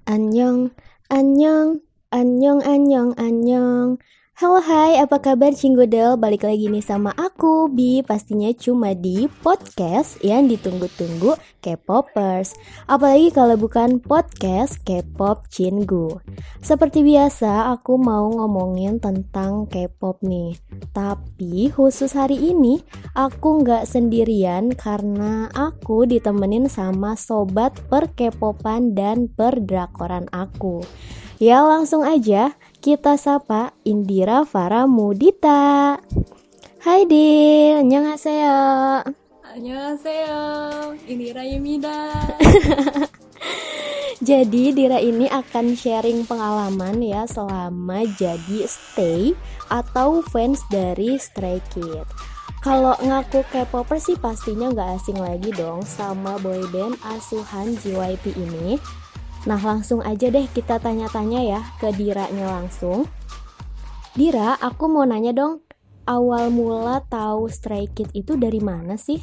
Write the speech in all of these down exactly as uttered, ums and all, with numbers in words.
Annyeong, annyeong, annyeong, annyeong, annyeong. Halo hai, apa kabar Cinggudel? Balik lagi nih sama aku, Bi. Pastinya cuma di podcast yang ditunggu-tunggu K-popers. Apalagi kalau bukan podcast K-pop Cinggu. Seperti biasa, aku mau ngomongin tentang K-pop nih. Tapi khusus hari ini, aku nggak sendirian karena aku ditemenin sama sobat per K-popan dan per drakoran aku. Ya langsung aja kita sapa Indira Farah Mudita. Hai Din, annyeonghaseyo. Annyeonghaseyo, Indira Yumida. Jadi Dira ini akan sharing pengalaman ya selama jadi stay atau fans dari Stray Kids. Kalau ngaku K-popper sih pastinya gak asing lagi dong sama boyband asuhan J Y P ini. Nah langsung aja deh kita tanya-tanya ya ke Diranya langsung. Dira, aku mau nanya dong, awal mula tahu Stray Kids itu dari mana sih?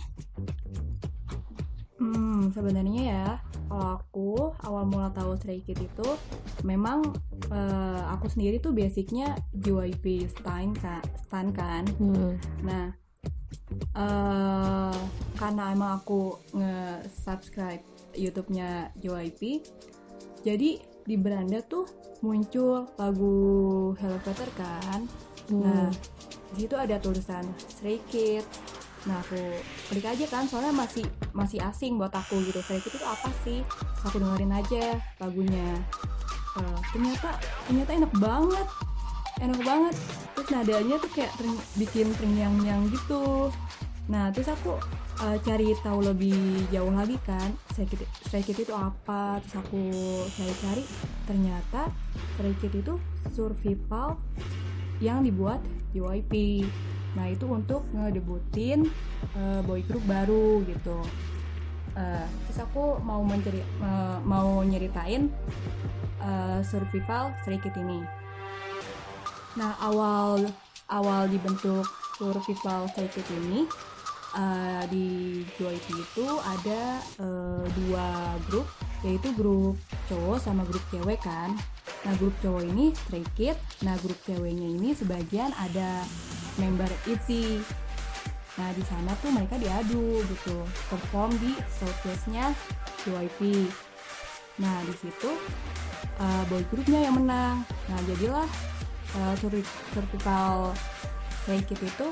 Hmm, sebenarnya ya, kalau aku awal mula tahu Stray Kids itu memang uh, aku sendiri tuh basicnya J Y P stan kan, stan kan. Hmm. Nah, uh, karena emang aku nge-subscribe YouTube-nya J Y P, jadi di beranda tuh muncul lagu Hello Peter kan. Hmm. Nah, di situ ada tulisan Stray Kids. Nah, aku klik aja kan, soalnya masih masih asing buat aku gitu. Stray Kids itu apa sih? Terus aku dengerin aja lagunya. Uh, ternyata ternyata enak banget. Enak banget. Terus nadanya tuh kayak ter- bikin terngiang-ngiang gitu. Nah, terus aku uh, cari tahu lebih jauh lagi kan, Stray Kids, Stray Kids itu apa. Terus aku cari-cari, ternyata Stray Kids itu survival yang dibuat J Y P. Nah, itu untuk ngedebutin uh, boy group baru gitu. Uh, terus aku mau menceri- uh, mau nyeritain uh, survival Stray Kids ini. Nah, awal awal dibentuk survival Stray Kids ini uh, di J Y P itu ada uh, dua grup, yaitu grup cowok sama grup cewek kan. Nah, grup cowok ini Stray Kids, nah grup ceweknya ini sebagian ada member I T Z Y. Nah, di sana tuh mereka diadu gitu, perform di showcase-nya J Y P. Nah, di situ uh, boy grupnya yang menang. Nah, jadilah uh, survival Stray Kids itu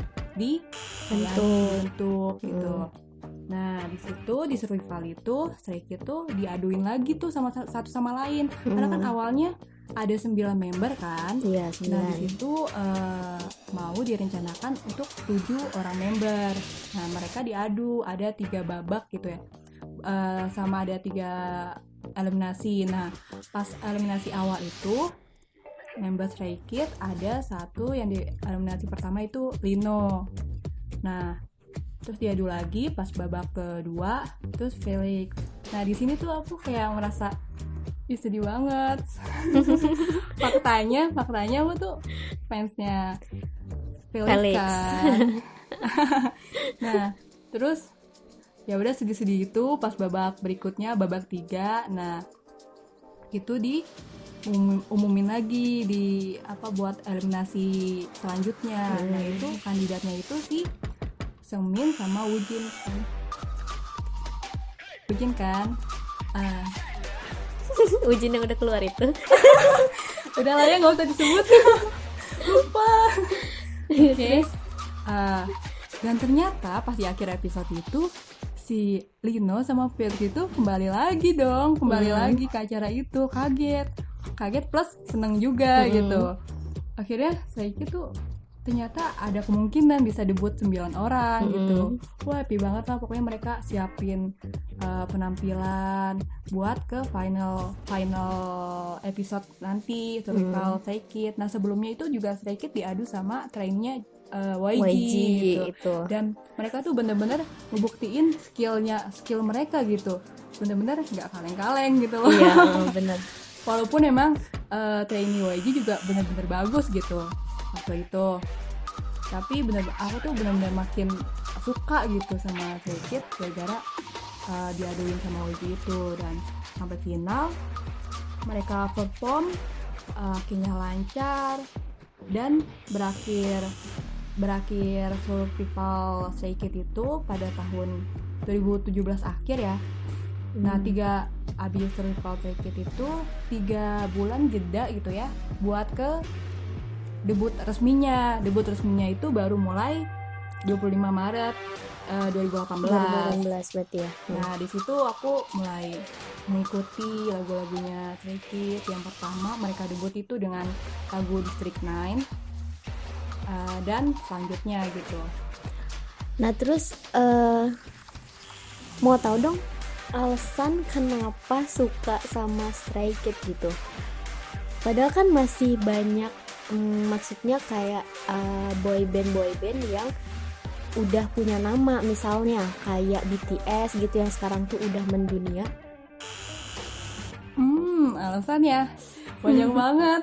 dibentuk gitu. Hmm. Nah, di situ di survival itu Stray Kids tuh diaduin lagi tuh sama satu sama lain. Hmm. Karena kan awalnya ada sembilan member kan. Iya, sembilan. Nah, di situ uh, mau direncanakan untuk tujuh orang member. Nah, mereka diadu, ada tiga babak gitu ya. Uh, sama ada tiga eliminasi. Nah, pas eliminasi awal itu member Stray Kids ada satu yang di eliminasi pertama itu Lino. Nah, terus diadu lagi pas babak kedua, terus Felix. Nah, di sini tuh aku kayak merasa ih, sedih banget. faktanya, faktanya aku tuh fansnya Felix, Felix. Kan. Nah, terus ya udah sedih-sedih itu pas babak berikutnya, babak tiga. Nah, itu di Um, umumin lagi di apa buat eliminasi selanjutnya. Hmm. Nah, itu kandidatnya itu si Seungmin sama Woojin kan. Woojin kan. Uh. Woojin yang udah keluar itu. Udah lah ya, nggak usah disebut. Lupa. Oke. Okay. Uh, dan ternyata pas di akhir episode itu si Lino sama Felix itu kembali lagi dong, kembali hmm. lagi ke acara itu. Kaget. Kaget plus seneng juga hmm. gitu. Akhirnya Stray Kids tuh ternyata ada kemungkinan bisa debut sembilan orang hmm. gitu. Wah, happy banget lah, pokoknya mereka siapin uh, penampilan buat ke final final episode nanti survival hmm. Stray Kids. Nah, sebelumnya itu juga Stray Kids diadu sama trainnya uh, Y G, Y G gitu. Itu. Dan mereka tuh bener-bener ngebuktiin skillnya skill mereka gitu. Bener-bener nggak kaleng-kaleng gitu loh. Iya, bener. Walaupun emang uh, trainee Y G juga benar-benar bagus gitu waktu itu, tapi benar aku tuh benar-benar makin suka gitu sama Stray Kids gara-gara uh, diaduin sama Y G itu. Dan sampai final mereka perform, uh, akhirnya lancar dan berakhir berakhir Survival Stray Kids itu pada tahun dua ribu tujuh belas akhir ya. Hmm. Nah, tiga abis Survival Stray Kids itu tiga bulan jeda gitu ya buat ke debut resminya. Debut resminya itu baru mulai dua puluh lima Maret uh, dua ribu delapan belas. dua ribu delapan belas berarti ya. Hmm. Nah, di situ aku mulai mengikuti lagu-lagunya Stray Kids. Yang pertama mereka debut itu dengan lagu District nine. Uh, dan selanjutnya gitu. Nah terus uh, mau tahu dong alasan kenapa suka sama Stray Kids gitu. Padahal kan masih banyak, mm, maksudnya kayak uh, boy band boy band yang udah punya nama, misalnya kayak B T S gitu yang sekarang tuh udah mendunia. Hmm, alasannya banyak banget.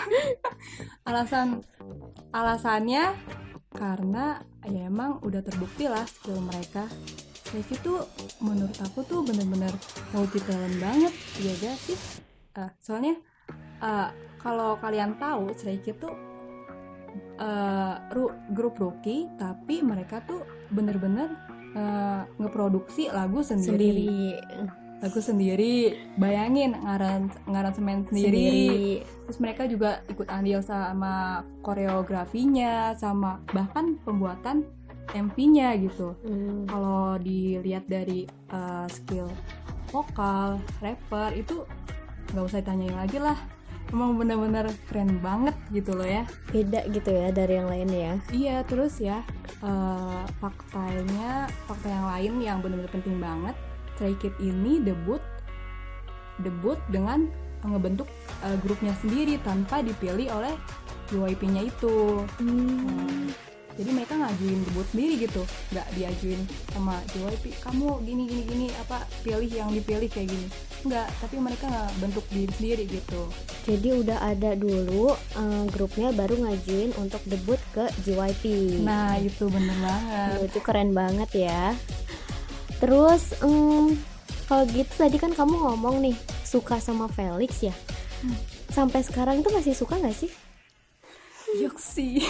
Alasan alasannya karena ya emang udah terbukti lah skill mereka. Stray Kids tuh menurut aku tuh bener-bener multi talent banget, ya gak sih? Uh, soalnya uh, kalau kalian tahu Stray Kids tuh uh, ru- grup rookie, tapi mereka tuh bener-bener uh, ngeproduksi lagu sendiri. Sendiri. lagu sendiri, bayangin ngaran ngaransemen sendiri. sendiri terus mereka juga ikut andil sama koreografinya, sama bahkan pembuatan M V-nya gitu. hmm. Kalau dilihat dari uh, skill vokal, rapper itu nggak usah ditanyain lagi lah, emang bener-bener keren banget gitu loh ya, beda gitu ya dari yang lain ya. Iya, terus ya uh, faktanya fakta yang lain yang bener-bener penting banget, Stray Kids ini debut debut dengan ngebentuk uh, grupnya sendiri tanpa dipilih oleh J Y P-nya itu. Hmm. Hmm, jadi mereka ngajuin debut sendiri gitu, nggak diajuin sama J Y P, kamu gini gini gini apa pilih yang dipilih kayak gini, nggak, tapi mereka nggak bentuk diri sendiri gitu. Jadi udah ada dulu uh, grupnya baru ngajuin untuk debut ke J Y P. Nah itu bener banget. Itu keren banget ya. Terus um, kalau gitu tadi kan kamu ngomong nih suka sama Felix ya. hmm. Sampai sekarang tuh masih suka nggak sih? Yoksi.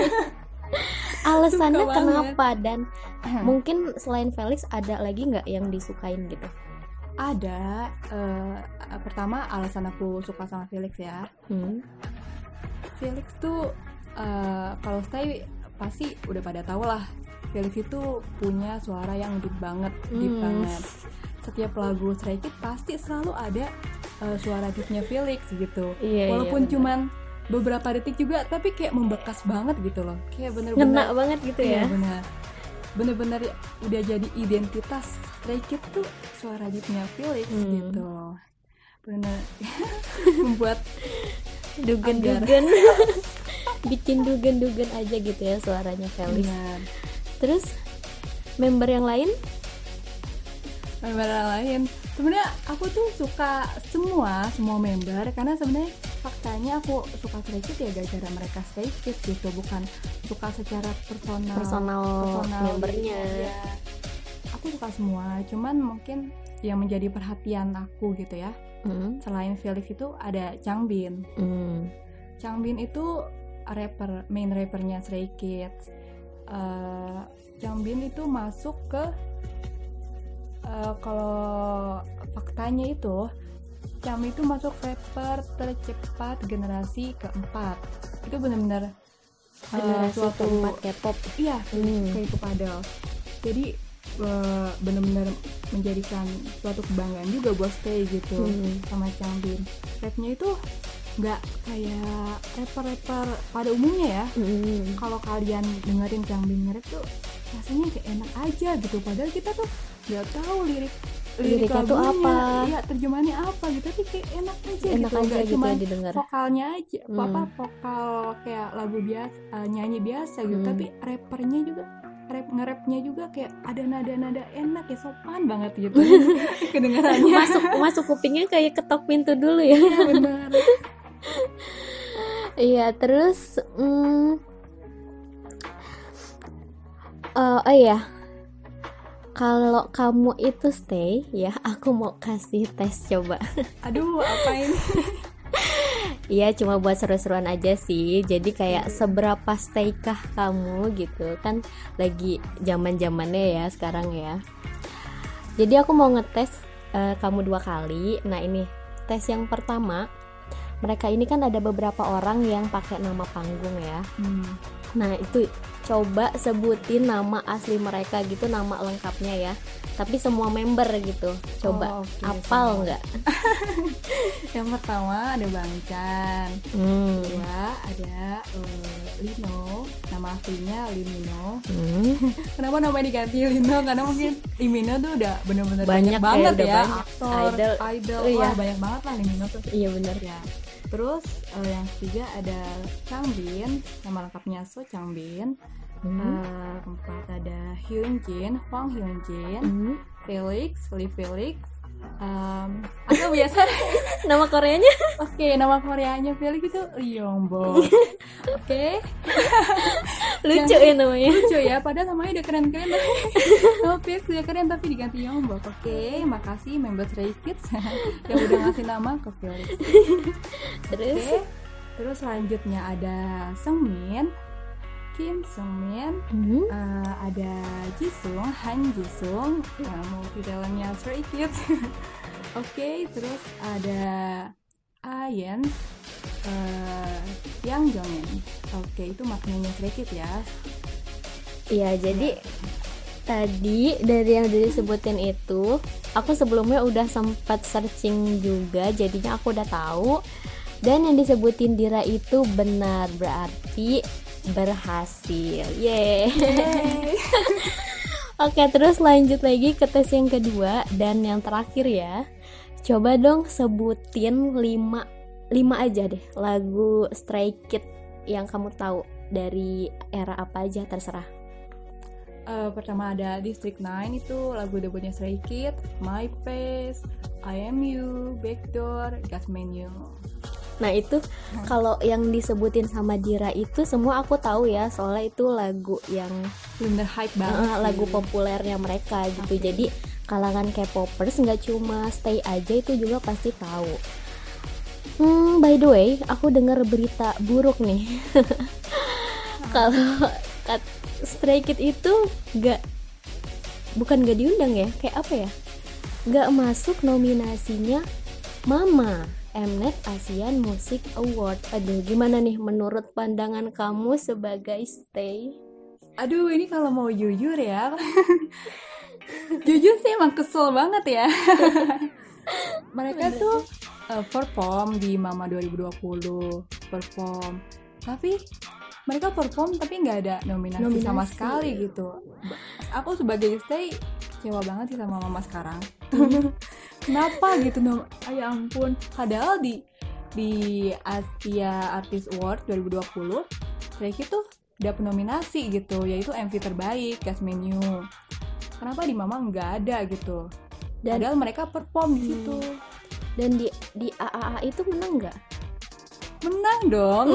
Alasannya kenapa? Dan mungkin selain Felix ada lagi nggak yang disukain gitu? Ada. Uh, pertama alasan aku suka sama Felix ya. Hmm. Felix tuh uh, kalau stay pasti udah pada tahu lah. Felix itu punya suara yang deep banget, deep hmm. banget. Setiap lagu Stray Kids pasti selalu ada uh, suara deepnya Felix gitu. Iya, walaupun iya, cuman beberapa detik juga, tapi kayak membekas banget gitu loh. Kayak bener-bener ngena banget gitu ya. Iya, bener. Bener-bener udah jadi identitas Stray Kids tuh suara deepnya Felix hmm. gitu. Bener membuat dugen-dugen bikin dugen-dugen aja gitu ya suaranya Felix. Bener. Terus member yang lain? Member yang lain, sebenarnya aku tuh suka semua semua member, karena sebenarnya faktanya aku suka Stray Kids ya gara-gara mereka Stray Kids gitu, bukan suka secara personal personal, personal membernya. Ya. Aku suka semua, cuman mungkin yang menjadi perhatian aku gitu ya. Mm. Selain Felix itu ada Changbin. Mm. Changbin itu rapper, main rappernya Stray Kids. Uh, Changbin itu masuk ke uh, kalau faktanya itu Changbin itu masuk rapper tercepat generasi keempat. Itu benar-benar uh, suatu keempat K-pop. Iya, hmm. K-pop idol. Jadi uh, benar-benar menjadikan suatu kebanggaan juga buat Stay gitu hmm. sama Changbin. Rapnya itu nggak kayak rapper-rapper pada umumnya ya. Mm. Kalau kalian dengerin Changbin nge-rap tuh rasanya kayak enak aja gitu, padahal kita tuh nggak tahu lirik lirik liriknya tuh apa, ya terjemahannya apa gitu, tapi kayak enak aja enak gitu, nggak gitu cuma didengar. Vokalnya aja, mm. apa vokal kayak lagu biasa, uh, nyanyi biasa gitu, mm. tapi rappernya juga rap nge-rapnya juga kayak ada nada-nada enak ya, sopan banget gitu kedengarannya. Masuk masuk kupingnya kayak ketok pintu dulu ya. Iya benar. Iya, terus mm, uh, oh iya kalau kamu itu stay ya, aku mau kasih tes coba. Aduh, apa ini? Iya, cuma buat seru-seruan aja sih. Jadi kayak seberapa staykah kamu gitu kan, lagi zaman-zamannya ya sekarang ya. Jadi aku mau ngetes uh, kamu dua kali. Nah ini tes yang pertama, mereka ini kan ada beberapa orang yang pakai nama panggung ya. Hmm. Nah itu coba sebutin nama asli mereka gitu, nama lengkapnya ya. Tapi semua member gitu. Coba oh, okay, hafal nggak? Yang pertama ada Bang Chan. Hmm. Kedua ada uh, Lino. Nama aslinya Limino. Hmm. Kenapa namanya diganti Lino? Karena mungkin Limino tuh udah bener-bener banyak, banyak banget ya. ya. Banyak. Aktor, idol, idol. Oh, wah iya. Banyak banget lah Limino tuh. Iya benar ya. Terus uh, yang ketiga ada Changbin, nama lengkapnya So Changbin. Hmm. Uh, keempat ada Hyun Jin, Hwang Hyun Jin. Hmm. Felix, Lee Felix. Um, atau biasa nama Koreanya? Oke, okay, nama Koreanya Felix itu Lee Yong-bo. Oke. Okay. Lucu ya namanya. Lucu ya, padahal namanya udah keren-keren. Nama Felix udah keren tapi diganti Yong-bo. Oke, okay, makasih member Stray Kids yang udah ngasih nama ke Felix. Terus okay. Terus selanjutnya ada Seungmin, Kim Seungmin, mm-hmm. uh, ada Jisung, Han Jisung, uh, multi talentnya Stray Kids. Oke, okay, terus ada Ayen, uh, Yang Jongin. Oke, okay, itu maknanya Stray Kids ya. Iya, jadi tadi dari yang disebutin itu, aku sebelumnya udah sempat searching juga, jadinya aku udah tahu. Dan yang disebutin Dira itu benar, berarti berhasil. Yeay. Oke, terus lanjut lagi ke tes yang kedua dan yang terakhir ya. Coba dong sebutin lima lima aja deh lagu Stray Kids yang kamu tahu dari era apa aja, terserah. Uh, pertama ada District nine, itu lagu debutnya Stray Kids, My Face, I Am You, Backdoor, Gas Menu. Nah itu hmm. kalau yang disebutin sama Dira itu semua aku tahu ya, soalnya itu lagu yang bener hype banget uh, lagu populernya mereka gitu. Okay. Jadi kalangan K-popers nggak cuma stay aja, itu juga pasti tahu. Hmm, by the way, aku dengar berita buruk nih. Kalau Stray Kids itu nggak, bukan nggak diundang ya, kayak apa ya? Nggak masuk nominasinya Mama Mnet Asian Music Award. Aduh, gimana nih menurut pandangan kamu sebagai stay? Aduh, ini kalau mau jujur ya, jujur sih emang kesel banget ya. Mereka Bener tuh uh, perform di Mama dua ribu dua puluh, perform, tapi mereka perform tapi nggak ada nominasi, nominasi sama sekali gitu. Aku sebagai stay kecewa banget sih sama Mama sekarang. Kenapa gitu, nom? Ya ampun. Padahal di di Asia Artist Award dua ribu dua puluh, Stray Kids tuh dapet nominasi gitu, yaitu M V terbaik, Gas Menu. Kenapa di Mama nggak ada gitu? Dan, padahal mereka perform di situ. Dan di di A A A itu menang nggak? Menang dong.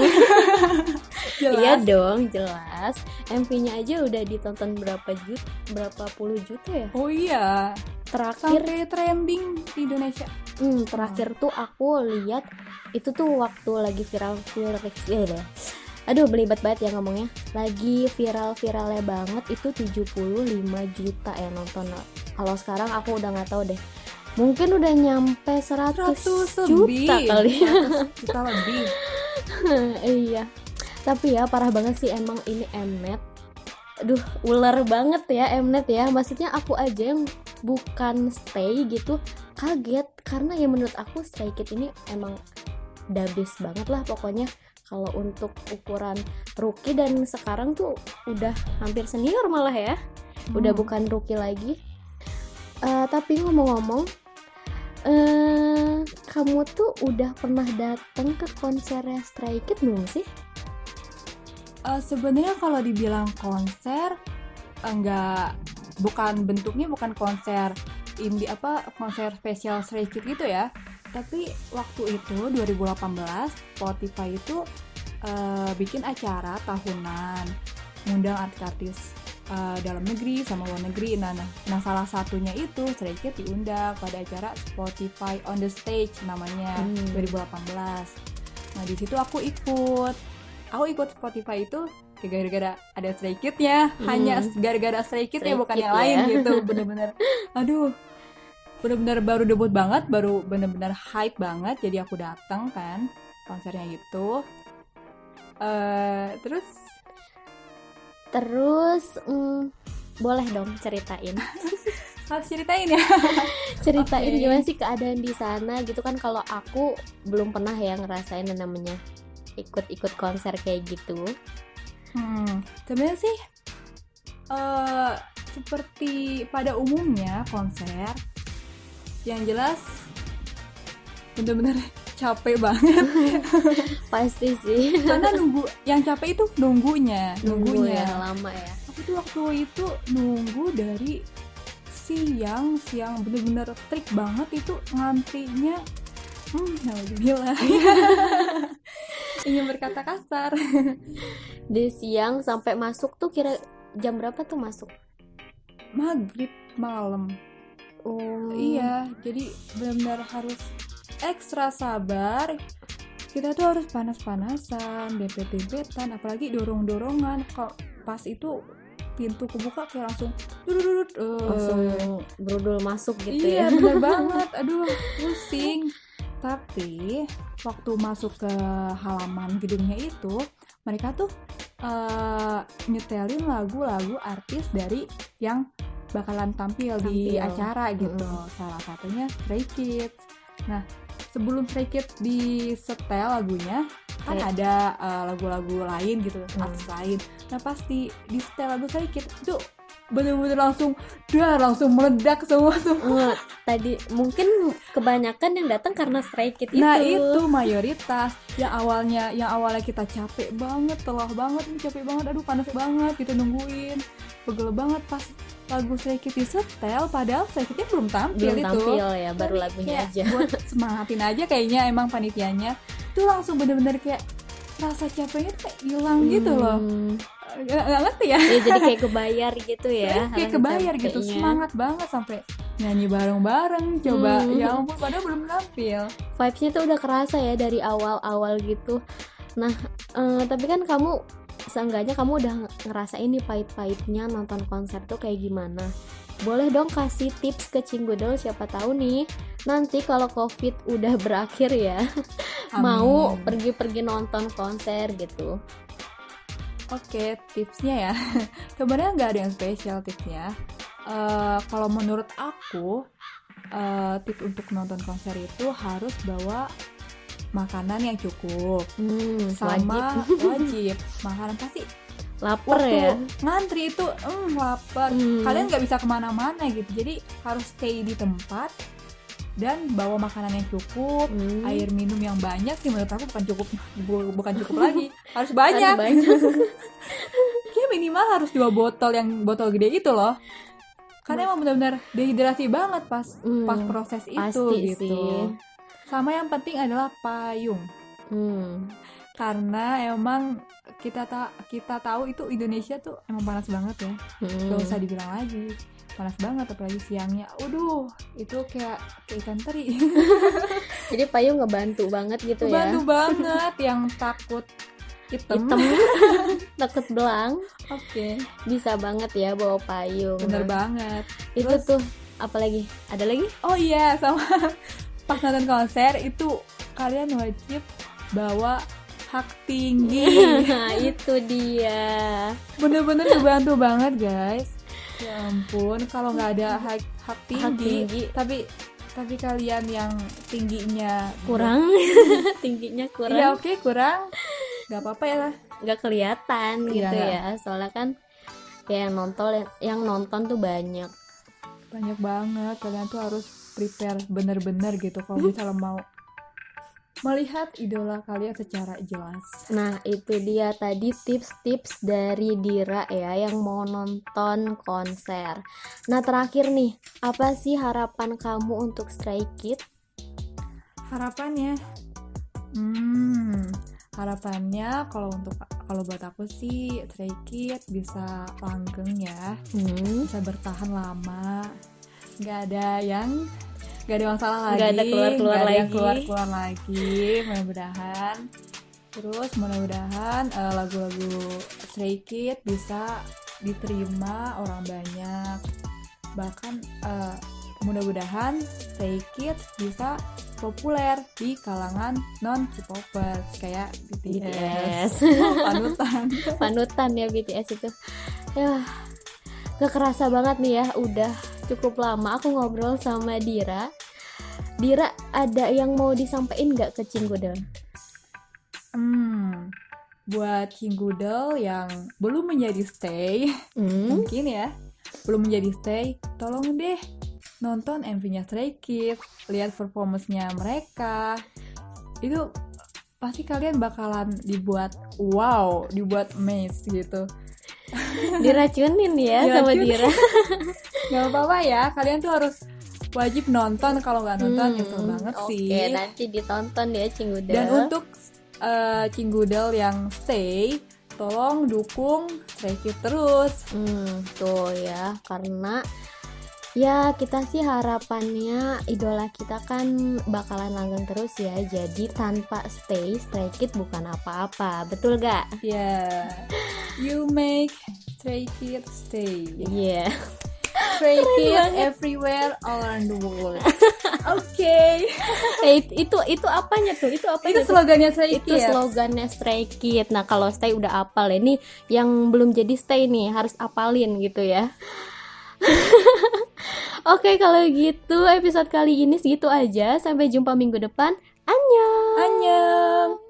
Iya dong, jelas. M V-nya aja udah ditonton berapa juta, berapa puluh juta ya? Oh iya. Terakhir sampai trending di Indonesia. Hmm, terakhir tuh aku lihat itu tuh waktu lagi viral-viral deh. Aduh, belibet banget ya ngomongnya. Lagi viral-viralnya banget itu tujuh puluh lima juta ya nonton. Kalau sekarang aku udah nggak tahu deh. Mungkin udah nyampe seratus juta kali. seratus juta lebih. Iya. Tapi ya parah banget sih emang ini Mnet. Aduh, ular banget ya Mnet ya. Maksudnya aku aja yang bukan stay gitu kaget, karena ya menurut aku Stray Kids ini emang dabis banget lah pokoknya kalau untuk ukuran rookie, dan sekarang tuh udah hampir senior malah ya. Hmm. Udah bukan rookie lagi. Uh, tapi ngomong-ngomong, uh, kamu tuh udah pernah datang ke konsernya Stray Kids belum sih? Uh, sebenarnya kalau dibilang konser, enggak, bukan bentuknya bukan konser indie apa konser spesial Stray Kids gitu ya. Tapi waktu itu dua ribu delapan belas Spotify itu uh, bikin acara tahunan, ngundang artis-artis uh, dalam negeri sama luar negeri. Nah, nah, nah salah satunya itu Stray Kids diundang pada acara Spotify on the Stage namanya hmm. dua ribu delapan belas. Nah di situ aku ikut, aku ikut Spotify itu gara-gara ada Stray Kids-nya, hmm. hanya gara-gara Stray Kids ya, bukan yang ya. lain gitu. Bener-bener, aduh, bener-bener baru debut banget, baru bener-bener hype banget. Jadi aku datang kan konsernya gitu. Uh, terus Terus, mm, boleh dong ceritain. Harus ceritain ya. Ceritain okay. Gimana sih keadaan di sana gitu kan? Kalau aku belum pernah ya ngerasain yang namanya ikut-ikut konser kayak gitu. Hmm, sebenarnya sih uh, seperti pada umumnya konser, yang jelas bener-bener capek banget. Pasti sih. Karena nunggu, yang capek itu nunggunya, nunggunya Nunggu lama ya. Aku tuh waktu itu nunggu dari siang, siang bener-bener trik banget itu ngantrinya. Hmm, alhamdulillah. Ingin berkata kasar. Di siang sampai masuk tuh kira jam berapa tuh masuk? Maghrib malam. Oh. Iya, jadi benar-benar harus ekstra sabar. Kita tuh harus panas-panasan, dempet-dempetan, apalagi dorong-dorongan. Kalau pas itu pintu kebuka kayak langsung dudut uh. langsung berudul masuk gitu. Iya, ya. Iya bener banget. Aduh, pusing. Tapi waktu masuk ke halaman gedungnya itu, mereka tuh uh, nyetelin lagu-lagu artis dari yang bakalan tampil, tampil. di acara gitu. Mm-hmm. Salah satunya Stray Kids. Nah, sebelum Stray Kids di setel lagunya, kan okay. ada uh, lagu-lagu lain gitu, mm. artis lain. Nah, pasti di setel lagu Stray Kids itu bener-bener langsung dar langsung meledak semua semua. Uh, tadi mungkin kebanyakan yang datang karena Stray Kids itu. Nah itu mayoritas. Yang awalnya yang awalnya kita capek banget, telah banget nih, capek banget, aduh panas banget gitu nungguin, pegel banget pas lagu Stray Kids disetel, padahal Stray Kids belum tampil belum itu. Tampil ya, baru tapi lagunya aja. Buat semangatin aja kayaknya emang panitianya. Itu langsung bener-bener kayak rasa capeknya tuh kayak hilang hmm. gitu loh. Gak, gak ngerti ya. Ya jadi kayak kebayar gitu ya. Kayak kebayar gitu, semangat banget sampai nyanyi bareng-bareng. Coba hmm. ya ampun, padahal belum tampil. Vibes-nya tuh udah kerasa ya dari awal-awal gitu. Nah, uh, tapi kan kamu seenggaknya kamu udah ngerasain nih pahit-pahitnya nonton konser tuh kayak gimana. Boleh dong kasih tips ke Cinggudel, siapa tahu nih nanti kalau Covid udah berakhir ya mau pergi-pergi nonton konser gitu. Oke, tipsnya ya sebenarnya nggak ada yang spesial tipsnya. Uh, kalau menurut aku uh, tips untuk nonton konser itu harus bawa makanan yang cukup, hmm, sama wajib, wajib. Makanan pasti lapar waktu ya. Ngantri itu, hmm, lapar. Hmm. Kalian nggak bisa kemana-mana gitu, jadi harus stay di tempat dan bawa makanan yang cukup, hmm. air minum yang banyak sih menurut aku bukan cukup, bu, bukan cukup lagi, harus banyak. Kayak minimal harus dua botol yang botol gede itu loh. Karena emang benar-benar dehidrasi banget pas hmm, pas proses itu gitu. Sih. Sama yang penting adalah payung. Hmm. Karena emang kita ta- kita tahu itu Indonesia tuh emang panas banget ya. Hmm. Gak usah dibilang lagi. Panas banget apalagi siangnya. Waduh, itu kayak kayak ikan teri. Jadi payung ngebantu banget gitu ngebantu ya. Ngebantu banget yang takut hitam, hitam. Takut belang. Oke. Okay. Bisa banget ya bawa payung. Bener banget. Itu Terus, tuh apalagi? Ada lagi? Oh iya, sama pas nonton konser itu kalian wajib bawa hak tinggi. Itu dia. Bener-bener ngebantu banget guys. Ya ampun, kalau nggak ada hak, hak, tinggi, hak tinggi, tapi tapi kalian yang tingginya kurang, tingginya kurang. Ya oke okay, kurang, nggak apa-apa ya lah. Nggak kelihatan ya, gitu gak. ya, soalnya kan ya yang nonton yang nonton tuh banyak, banyak banget. Kalian tuh harus prepare bener-bener gitu kalau misalnya mau melihat idola kalian secara jelas. Nah itu dia tadi tips-tips dari Dira ya yang mau nonton konser. Nah terakhir nih, apa sih harapan kamu untuk Stray Kids? Harapannya, hmm, harapannya kalau untuk kalau buat aku sih Stray Kids bisa langgeng ya, hmm. bisa bertahan lama, nggak ada yang nggak ada masalah lagi, nggak ada keluar-keluar nggak ada lagi, yang keluar-keluar lagi, mudah-mudahan. Terus mudah-mudahan uh, lagu-lagu Stray Kids bisa diterima orang banyak, bahkan uh, mudah-mudahan Stray Kids bisa populer di kalangan non K-popers kayak B T S, B T S. Oh, panutan panutan ya B T S itu. Ya, gak kerasa banget nih ya, udah cukup lama aku ngobrol sama Dira. Dira, ada yang mau disampaikan gak ke Cinggudel? Hmm, buat Cinggudel yang belum menjadi stay, hmm. mungkin ya, belum menjadi stay, tolong deh nonton M V-nya Stray Kids, lihat performance-nya mereka. Itu pasti kalian bakalan dibuat wow, dibuat amazed gitu. Diracunin ya sama Dira. Gak apa-apa ya, kalian tuh harus wajib nonton. Kalau nggak nonton hmm, nyesel banget okay, sih. Oke, nanti ditonton ya Cinggudel. Dan untuk uh, Cinggudel yang stay, tolong dukung Stray Kids terus. Hmm, tuh ya, karena ya kita sih harapannya idola kita kan bakalan langgeng terus ya. Jadi tanpa stay, Stray Kids bukan apa-apa. Betul gak? Yeah, you make Stray Kids stay. Yeah. Stray Kids everywhere all around the world. Oke. Okay. Eh, itu itu apanya tuh? Itu apa? Itu slogannya Stray Kids. Itu slogannya Stray Kids. Nah, kalau stay udah apal ya. Nih yang belum jadi stay nih harus apalin gitu ya. Oke, kalau gitu episode kali ini segitu aja. Sampai jumpa minggu depan. Annyeong. Annyeong.